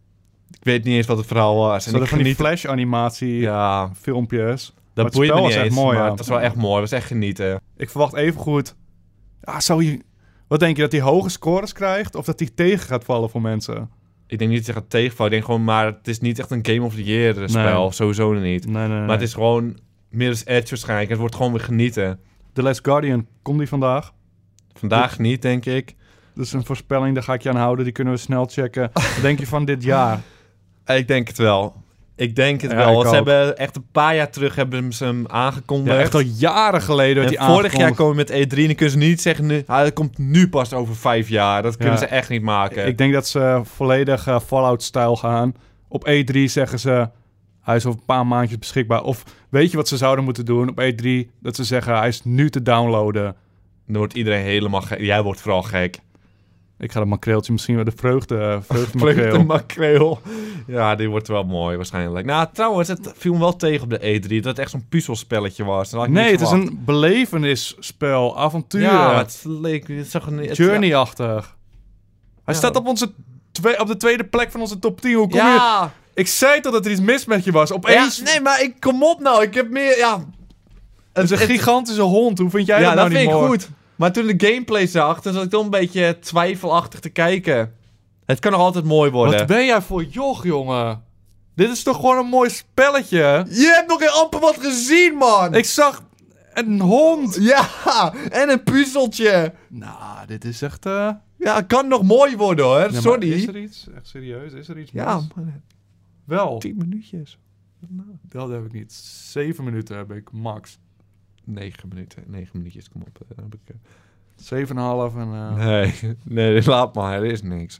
Ik weet niet eens wat het verhaal was. En ik van die flash-animatie ja. filmpjes. Dat boeit me niet eens, mooi, maar ja. het was wel echt mooi. Het was echt genieten. Ik verwacht even goed. Ah, zou je... Wat denk je, dat hij hoge scores krijgt? Of dat hij tegen gaat vallen voor mensen? Ik denk niet dat je gaat tegenvallen. Ik denk gewoon, maar het is niet echt een Game of the Year spel. Nee. Sowieso niet. Nee, nee, nee. Maar het is gewoon meer als Edge waarschijnlijk. Het wordt gewoon weer genieten. The Last Guardian, komt die vandaag? Vandaag Dit... niet, denk ik. Dat is een voorspelling, daar ga ik je aan houden. Die kunnen we snel checken. Wat denk je van dit jaar? Ik denk het wel. Ik denk het ja, wel. Want ze ook. hebben echt een paar jaar terug hebben ze hem aangekondigd. Ja, echt al jaren geleden. En die vorig jaar komen we met E drie en dan kunnen ze niet zeggen... Nu, ah, dat komt nu pas over vijf jaar. Dat kunnen ja. ze echt niet maken. Ik denk dat ze volledig uh, Fallout-stijl gaan. Op E drie zeggen ze... Hij is over een paar maandjes beschikbaar. Of weet je wat ze zouden moeten doen op E drie? Dat ze zeggen, hij is nu te downloaden. Dan wordt iedereen helemaal gek. Jij wordt vooral gek. Ik ga dat makreeltje misschien wel de vreugde, vreugde makreel. Vreugde makreel. Ja, die wordt wel mooi waarschijnlijk. Nou, trouwens, het viel me wel tegen op de E drie. Dat het echt zo'n puzzelspelletje was. Nee, het verwacht. is een belevenisspel. Avontuur. Ja, het leek... Het zag een, het, Journey-achtig. Hij ja. staat op, onze twe- op de tweede plek van onze top tien. Hoe kom ja. je... Ik zei toch dat er iets mis met je was. Opeens... Ja, nee, maar ik kom op nou. Ik heb meer... Ja. Het is een gigantische hond. Hoe vind jij ja, dat nou dat niet mooi? Ja, dat vind ik goed. Maar toen de gameplay zag, dan zat ik toch een beetje twijfelachtig te kijken. Het kan nog altijd mooi worden. Wat ben jij voor joch, jongen? Dit is toch gewoon een mooi spelletje? Je hebt nog geen amper wat gezien, man! Ik zag een hond. Ja, en een puzzeltje. Nou, dit is echt... Uh... Ja, het kan nog mooi worden, hoor. Ja, sorry. Is er iets? Echt serieus? Is er iets ja, mis? Man. Wel. Tien minuutjes. Dat heb ik niet. Zeven minuten heb ik, max. Negen minuten. Negen minuutjes, kom op. Dan heb ik... Uh... Zeven en een half en... Uh... Nee, nee, laat maar. Er is niks.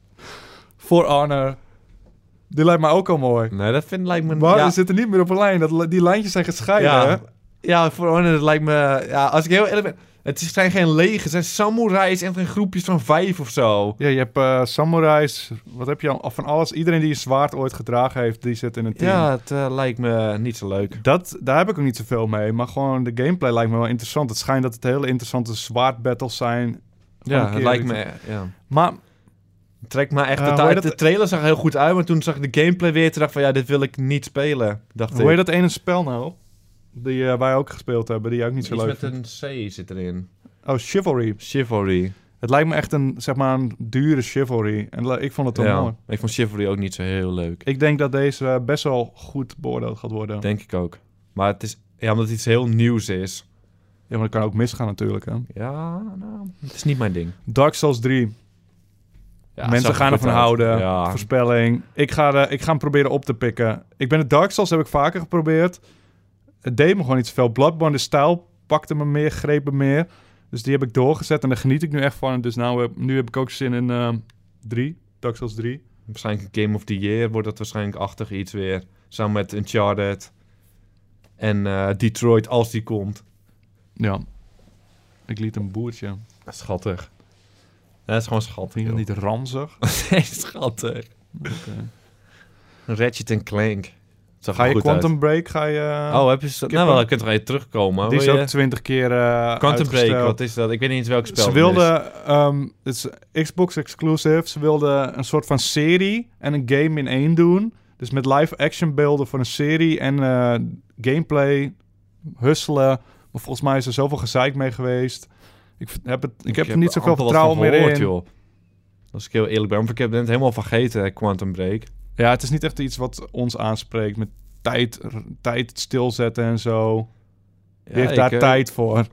For Honor. Die lijkt me ook al mooi. Nee, dat vind lijkt me... Maar ja. we zitten niet meer op een lijn. Dat, die lijntjes zijn gescheiden, ja. hè? Ja, For Honor, dat lijkt me... Ja, als ik heel eerlijk ben... Het zijn geen legers, het zijn samurais en geen groepjes van vijf of zo. Ja, je hebt uh, samurais, wat heb je al? Van alles, iedereen die een zwaard ooit gedragen heeft, die zit in een team. Ja, het uh, lijkt me niet zo leuk. Dat, daar heb ik ook niet zoveel mee, maar gewoon de gameplay lijkt me wel interessant. Het schijnt dat het hele interessante zwaardbattles zijn. Ja, het lijkt me, ja. Maar... Trek me echt uh, uit. De trailer zag er heel goed uit, maar toen zag ik de gameplay weer en dacht van ja, dit wil ik niet spelen. Dacht Hoe heet dat ene spel nou? Die uh, wij ook gespeeld hebben, die ook niet zo Iets leuk met een C zit erin. Oh, Chivalry. Chivalry. Het lijkt me echt een, zeg maar, een dure Chivalry. En ik vond het wel ja, mooi. Ik vond Chivalry ook niet zo heel leuk. Ik denk dat deze uh, best wel goed beoordeeld gaat worden. Denk ik ook. Maar het is, ja, omdat het iets heel nieuws is. Ja, maar dat kan ook misgaan natuurlijk, hè. Ja, nou, het is niet mijn ding. Dark Souls drie. Ja, mensen gaan ervan uit. houden. Ja. Voorspelling. Ik ga, de, ik ga hem proberen op te pikken. Ik ben het Dark Souls, heb ik vaker geprobeerd. Het deed me gewoon niet zoveel. Bloodborne, de stijl pakte me meer, greep me meer. Dus die heb ik doorgezet en daar geniet ik nu echt van. Dus nou, nu heb ik ook zin in uh, drie. Dark Souls drie. Waarschijnlijk een Game of the Year wordt dat waarschijnlijk achtig iets weer. Samen met Uncharted. En uh, Detroit als die komt. Ja. Ik liet een boertje. Schattig. Ja, dat is gewoon schattig. Vind je dat niet ranzig? Nee, schattig. Okay. Ratchet en Clank. Ga je Quantum uit. Break? Ga je... Oh, heb je... Zo... Nou, wel, je kunt er even terugkomen. Die is je... ook twintig keer uh, Quantum Break, wat is dat? Ik weet niet welk spel Ze wilden... Um, het is Xbox exclusive. Ze wilden een soort van serie en een game in één doen. Dus met live-action beelden voor een serie en uh, gameplay, husselen. Maar volgens mij is er zoveel gezeik mee geweest. Ik heb, het, ik, ik heb er niet zoveel vertrouwen meer in. Joh. Als ik heel eerlijk ben, want ik heb het helemaal vergeten, Quantum Break. Ja, het is niet echt iets wat ons aanspreekt met tijd, tijd stilzetten en zo. Wie ja, heeft ik, daar uh... tijd voor?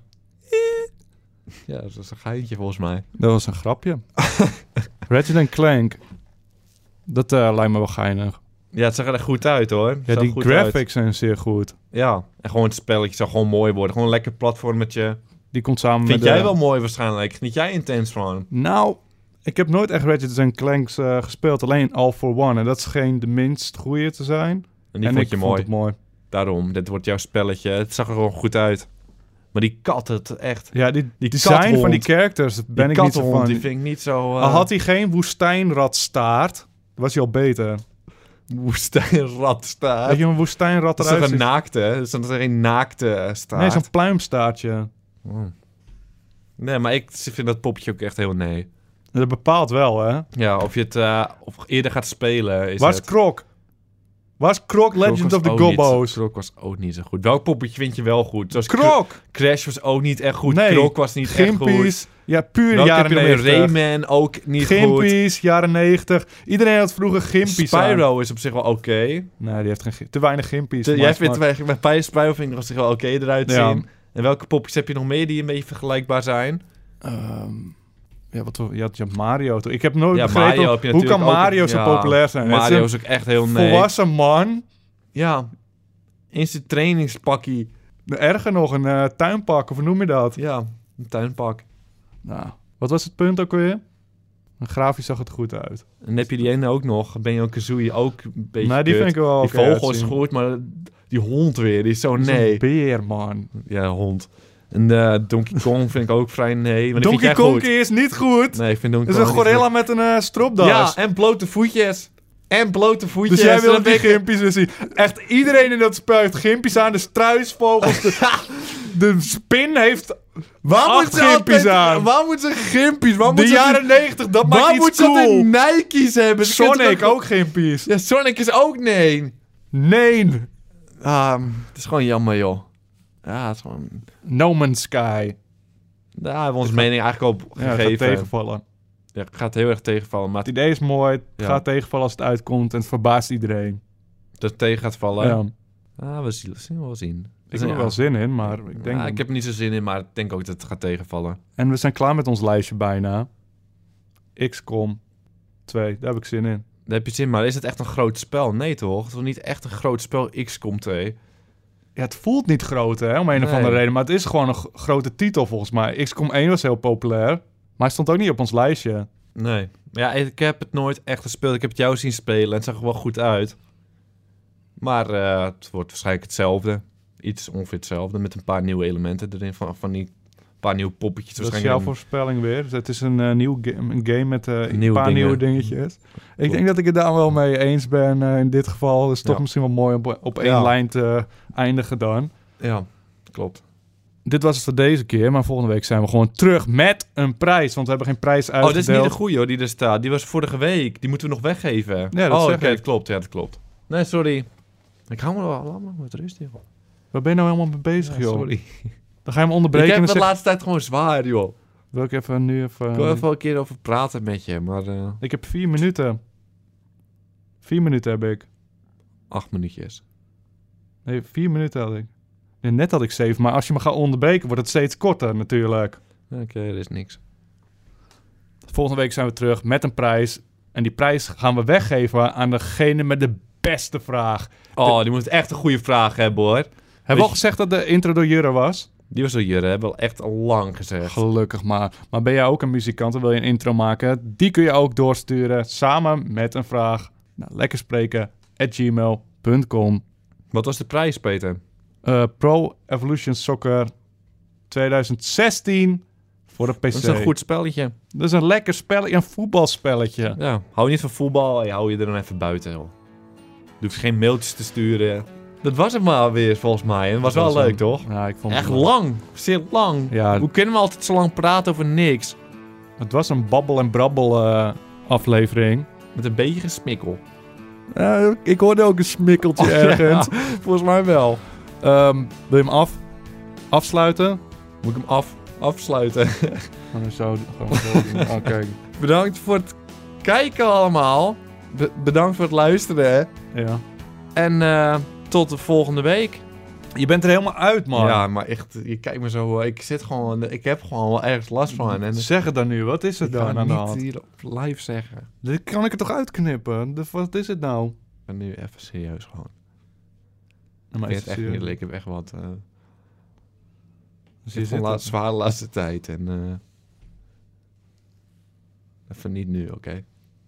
Ja, dat was een geintje volgens mij. Dat was een grapje. Ratchet en Clank. Dat uh, lijkt me wel geinig. Ja, het zag er echt goed uit, hoor. Het ja, die goed graphics uit. zijn zeer goed. Ja, en gewoon het spelletje zou gewoon mooi worden. Gewoon een lekker platformetje. Die komt samen Vind met... jij de... wel mooi waarschijnlijk? Geniet jij intens van? Nou, ik heb nooit echt Ratchet en Clank uh, gespeeld. Alleen All for One. En dat scheen de minst goede te zijn. En die en vond ik je vond mooi. het mooi. Daarom, dit wordt jouw spelletje. Het zag er gewoon goed uit. Maar die kat, het echt... Ja, die, die design kathond. Van die characters ben die ik niet zo van. Die vind ik niet zo... Uh... Al had hij geen woestijnradstaart, was hij al beter. Woestijnradstaart? Weet je een woestijnrad eruit? Dat is toch een naakte? Dat is toch geen naakte staart? Nee, zo'n pluimstaartje. Oh. Nee, maar ik vind dat poppetje ook echt heel nee. Dat bepaalt wel, hè? Ja, of je het uh, of eerder gaat spelen. Is Waar is het... Krok? Waar is Krok, Legend of the Gobbo's? Krok was ook niet zo goed. Welk poppetje vind je wel goed? Zoals Krok! K- Crash was ook niet echt goed. Nee. Krok was niet Gimpies. echt goed. Ja, puur Welke jaren heb je dan? negentig. Rayman ook niet Gimpies, jaren negentig. Iedereen had vroeger goed. Gimpies aan. Spyro is op zich wel oké. Okay. Nee, die heeft geen, gi- te weinig Gimpies. Te- voor Jij mijn vindt smaak. bij, bij Spyro vind ik op zich wel oké okay eruit Ja. zien. En welke popjes heb je nog meer die een beetje vergelijkbaar zijn? Ehm, ja, wat, je, had, je had Mario toch? Ik heb nooit Ja, begrepen Mario heb je hoe kan natuurlijk ook- Mario zo ja, populair zijn. Mario Het is is ook echt heel een nee. volwassen man. Ja, in zijn trainingspakkie. Erger nog, een uh, tuinpak, of hoe noem je dat? Ja, een tuinpak. Nou, wat was het punt ook weer? Grafisch zag het goed uit. En dan heb je die ene ook nog. Ben je ook Kazooie ook een beetje Nee, die kut. vind ik wel Die oké vogel is uitzien. goed, maar die hond weer, die is zo Dat is een nee. beer, man. Ja, hond. En uh, Donkey Kong vind ik ook vrij nee. Maar die Donkey vind jij Kong goed. is niet goed. Nee, ik vind Donkey Het is een Kong niet gorilla met een uh, goed. stropdas. Ja, en blote voetjes. En blote voetjes. Dus jij wil En die dan ben ik- gimpies weer zien. Echt iedereen in dat spel heeft gimpies aan. De struisvogels. De, de spin heeft Waar acht moet ze gimpies altijd- aan. Waar moet ze gimpies? Waar de moet ze jaren negentig. Dat maakt Waar iets moet ze cool. altijd Nike's hebben? Ze kunnen Sonic toch- ook gimpies. Ja, Sonic is ook nee. Nee. Ah, het is gewoon jammer, joh. Ja, het is gewoon... No Man's Sky. Daar hebben we onze mening eigenlijk op Ja, dat gaat gegeven. tegenvallen. Ja, het gaat heel erg tegenvallen, maar Het idee is mooi. Het Ja. gaat tegenvallen als het uitkomt. En het verbaast iedereen. dat het tegen gaat vallen. Ja. Ah, we zien, zien we wel zien. Ik heb er wel zin in, maar ik denk... Ja, dat- ik heb er niet zo zin in, maar ik denk ook dat het gaat tegenvallen. En we zijn klaar met ons lijstje bijna. X COM twee, daar heb ik zin in. Daar heb je zin, maar is het echt een groot spel? Nee toch? Het is niet echt een groot spel, X COM twee. Ja, het voelt niet groot, hè, om een of Nee. andere reden. Maar het is gewoon een g- grote titel, volgens mij. X COM één was heel populair. Maar hij stond ook niet op ons lijstje. Nee. Maar ja, ik heb het nooit echt gespeeld. Ik heb het jou zien spelen en het zag er wel goed uit. Maar eh, het wordt waarschijnlijk hetzelfde. Iets ongeveer hetzelfde, met een paar nieuwe elementen erin. Van, van die paar nieuwe poppetjes. Dat is waarschijnlijk jouw voorspelling weer. Dus het is een eh, nieuw game, een game met eh, een Nieuwe paar dingen. nieuwe dingetjes. Ik Klopt. denk dat ik het daar wel mee eens ben eh, in dit geval. Het is toch Ja. misschien wel mooi op, op één Ja. lijn te eindigen dan. Ja, klopt. Dit was het voor deze keer, maar volgende week zijn we gewoon terug met een prijs. Want we hebben geen prijs Oh, uitgedeeld. dit is niet de goeie hoor, die er staat. Die was vorige week. Die moeten we nog weggeven. Ja, dat oh, zeg oké, ik. dat klopt. Ja, dat klopt. Nee, sorry. Ik hou me wel allemaal met rust, joh. Waar ben je nou helemaal mee bezig, Ja, joh? sorry. Dan ga je hem Ik onderbreken heb en het dan de zeg... laatste tijd gewoon zwaar, joh. Wil ik even nu even... Ik wil even een keer over praten met je, maar eh, Ik heb vier minuten. Vier minuten heb ik. acht minuutjes. Nee, vier minuten had ik. Ja, net had ik zeven, maar als je me gaat onderbreken, wordt het steeds korter natuurlijk. Oké, er is niks. Volgende week zijn we terug met een prijs. En die prijs gaan we weggeven aan degene met de beste vraag. Oh, die moet echt een goede vraag hebben, hoor. Hebben we al je- gezegd dat de intro door Jurre was? Die was door Jurre, hebben we al echt al lang gezegd. Gelukkig maar. Maar ben jij ook een muzikant en wil je een intro maken? Die kun je ook doorsturen samen met een vraag naar lekkerspreken at gmail punt com. Wat was de prijs, Peter? Uh, Pro Evolution Soccer twintig zestien voor de P C. Dat is een goed spelletje. Dat is een lekker spelletje, een voetbalspelletje. Ja, hou je niet van voetbal, hou je er dan even buiten, joh. Je hoeft geen mailtjes te sturen. Dat was het maar weer, volgens mij. En het was wel Dat leuk, een- toch? Ja, ik vond Echt het wel- lang. Zeer lang. Ja, Hoe kunnen we altijd zo lang praten over niks? het was een babbel en brabbel eh, aflevering. Met een beetje gesmikkel. Uh, ik hoorde ook een smikkeltje Oh, ergens. ja, volgens mij wel. Ehm, wil je hem af, afsluiten? Moet ik hem af, afsluiten? Oh, zo, gewoon zo doen. Oh, kijk. Bedankt voor het kijken allemaal. Be- bedankt voor het luisteren. Ja. En eh, tot de volgende week. Je bent er helemaal uit, man. Ja, maar echt, je kijkt me zo. eh, Ik zit gewoon, ik heb gewoon wel ergens last van. En Zeg het dan nu, wat is ik het kan dan het aan de niet hand? hier op live zeggen. Dit kan ik er toch uitknippen? De- wat is het nou? Ik ben nu even serieus gewoon. Nou, maar Ik is vind het echt serieus? niet leuk. Ik heb echt wat... eh Dus ik je vond zit la- er- zwaar de laatste tijd. En, eh even niet nu, oké?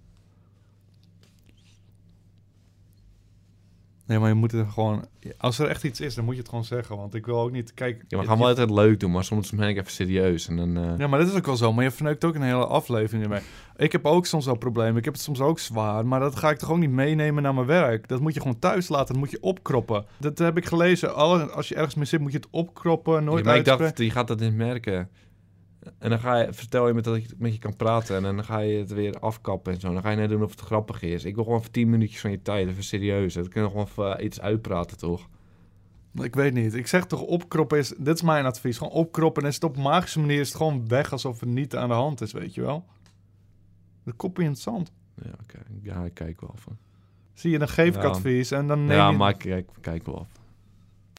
Nee, maar je moet het gewoon... Als er echt iets is, dan moet je het gewoon zeggen. Want ik wil ook niet... Kijk, Ja, we gaan wel altijd leuk doen, maar soms ben ik even serieus. En dan... eh, Ja, maar dat is ook wel zo. Maar je verneukt ook een hele aflevering ermee. Ik heb ook soms wel problemen. Ik heb het soms ook zwaar. Maar dat ga ik toch ook niet meenemen naar mijn werk. Dat moet je gewoon thuis laten. Dat moet je opkroppen. Dat heb ik gelezen. Alle, als je ergens mee zit, moet je het opkroppen. Nooit ja, maar ik uitspreken. dacht, je gaat dat niet merken. En dan ga je, vertel je met dat ik met je kan praten. En dan ga je het weer afkappen en zo. Dan ga je net doen of het grappig is. Ik wil gewoon voor tien minuutjes van je tijd. Even serieus. Dat kun je nog gewoon even iets uitpraten, toch? Ik weet niet. Ik zeg toch opkroppen is... Dit is mijn advies. Gewoon opkroppen en is het op een magische manier is het gewoon weg alsof het niet aan de hand is, weet je wel? De kop in het zand. Ja, oké. Okay. Ja, ik kijk wel van. Zie je, dan geef ik ja. advies en dan neem ja, je... maar ik kijk, kijk wel af.